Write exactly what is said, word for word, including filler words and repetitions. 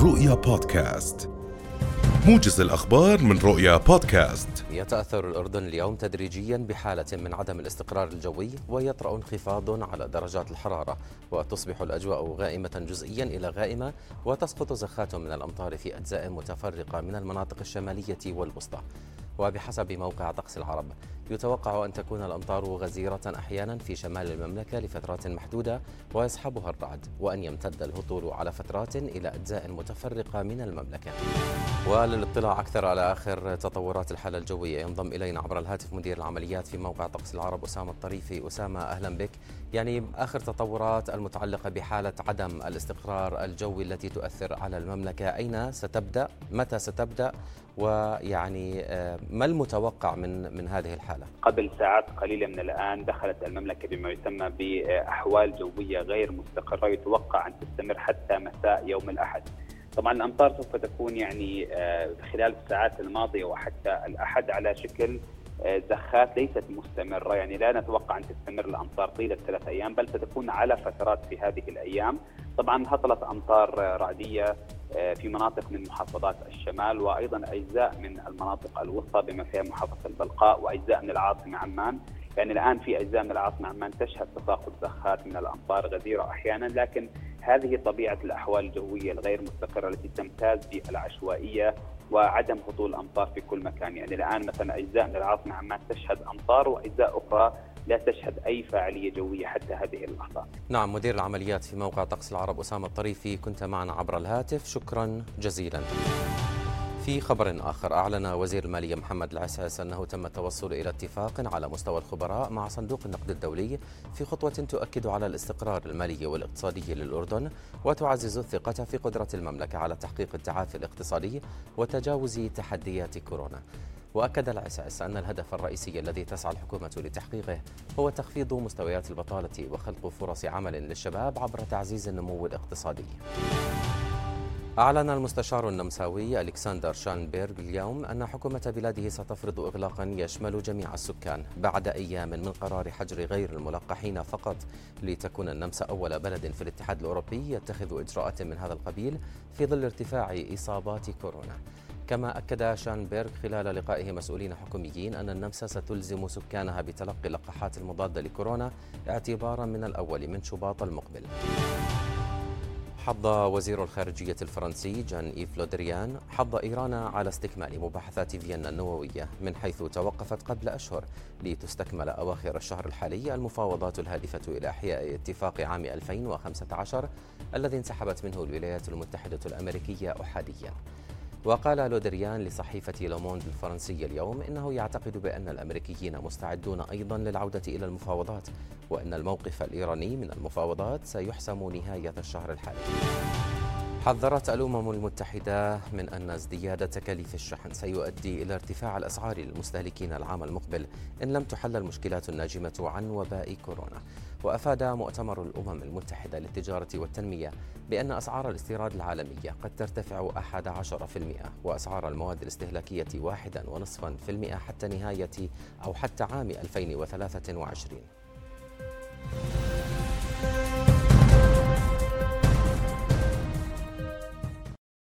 رؤيا بودكاست، موجز الأخبار من رؤيا بودكاست. يتأثر الأردن اليوم تدريجيا بحالة من عدم الاستقرار الجوي، ويطرأ انخفاض على درجات الحرارة، وتصبح الأجواء غائمة جزئيا إلى غائمة، وتسقط زخات من الأمطار في أجزاء متفرقة من المناطق الشمالية والوسطى. وبحسب موقع طقس العرب يتوقع أن تكون الأمطار غزيرة أحيانا في شمال المملكة لفترات محدودة ويصحبها الرعد، وأن يمتد الهطول على فترات إلى أجزاء متفرقة من المملكة. وللاطلاع أكثر على آخر تطورات الحالة الجوية ينضم إلينا عبر الهاتف مدير العمليات في موقع طقس العرب أسامة الطريفي. أسامة، أهلا بك. يعني آخر تطورات المتعلقة بحالة عدم الاستقرار الجوي التي تؤثر على المملكة، أين ستبدأ؟ متى ستبدأ؟ ويعني ما المتوقع من من هذه الحالة؟ قبل ساعات قليلة من الآن دخلت المملكة بما يسمى بأحوال جوية غير مستقرة، يتوقع أن تستمر حتى مساء يوم الأحد. طبعا الأمطار سوف تكون يعني خلال الساعات الماضية وحتى الأحد على شكل زخات ليست مستمرة، يعني لا نتوقع أن تستمر الأمطار طيلة ثلاث أيام، بل ستكون على فترات في هذه الأيام. طبعا هطلت أمطار رعدية في مناطق من محافظات الشمال، وأيضا أجزاء من المناطق الوسطى بما فيها محافظة البلقاء وأجزاء من العاصمة عمان. يعني الآن في أجزاء من العاصمة عمان تشهد تساقط زخات من الأمطار غزيرة أحيانا، لكن هذه طبيعة الأحوال الجوية الغير مستقرة التي تمتاز بالعشوائية وعدم هطول الأمطار في كل مكان. يعني الآن مثلا أجزاء من العاصمة عمان تشهد أمطار، وأجزاء أخرى لا تشهد أي فاعلية جوية حتى هذه اللحظة. نعم، مدير العمليات في موقع طقس العرب أسامة الطريفي، كنت معنا عبر الهاتف، شكرا جزيلا. في خبر آخر، أعلن وزير المالية محمد العسعس أنه تم التوصل إلى اتفاق على مستوى الخبراء مع صندوق النقد الدولي في خطوة تؤكد على الاستقرار المالي والاقتصادي للأردن، وتعزز الثقة في قدرة المملكة على تحقيق التعافي الاقتصادي وتجاوز تحديات كورونا. وأكد العسعس أن الهدف الرئيسي الذي تسعى الحكومة لتحقيقه هو تخفيض مستويات البطالة وخلق فرص عمل للشباب عبر تعزيز النمو الاقتصادي. أعلن المستشار النمساوي ألكسندر شانبيرغ اليوم أن حكومة بلاده ستفرض إغلاقا يشمل جميع السكان بعد أيام من قرار حجر غير الملقحين فقط، لتكون النمسا أول بلد في الاتحاد الأوروبي يتخذ إجراءات من هذا القبيل في ظل ارتفاع إصابات كورونا. كما أكد شانبيرغ خلال لقائه مسؤولين حكوميين أن النمسا ستلزم سكانها بتلقي اللقاحات المضادة لكورونا اعتبارا من الأول من شباط المقبل. حض وزير الخارجية الفرنسي جان إيف لودريان حض إيران على استكمال مباحثات فيينا النووية، من حيث توقفت قبل أشهر لتستكمل أواخر الشهر الحالي المفاوضات الهادفة إلى إحياء اتفاق عام ألفين وخمسة عشر الذي انسحبت منه الولايات المتحدة الأمريكية أحاديا. وقال لودريان لصحيفة لوموند الفرنسية اليوم إنه يعتقد بأن الأمريكيين مستعدون أيضا للعودة إلى المفاوضات، وأن الموقف الإيراني من المفاوضات سيحسم نهاية الشهر الحالي. حذرت الأمم المتحدة من أن ازدياد تكاليف الشحن سيؤدي إلى ارتفاع الأسعار للمستهلكين العام المقبل إن لم تحل المشكلات الناجمة عن وباء كورونا. وأفاد مؤتمر الأمم المتحدة للتجارة والتنمية بأن أسعار الاستيراد العالمية قد ترتفع أحد عشر بالمئة، وأسعار المواد الاستهلاكية واحد ونصفا في المئة حتى نهاية أو حتى عام ألفين وثلاثة وعشرين.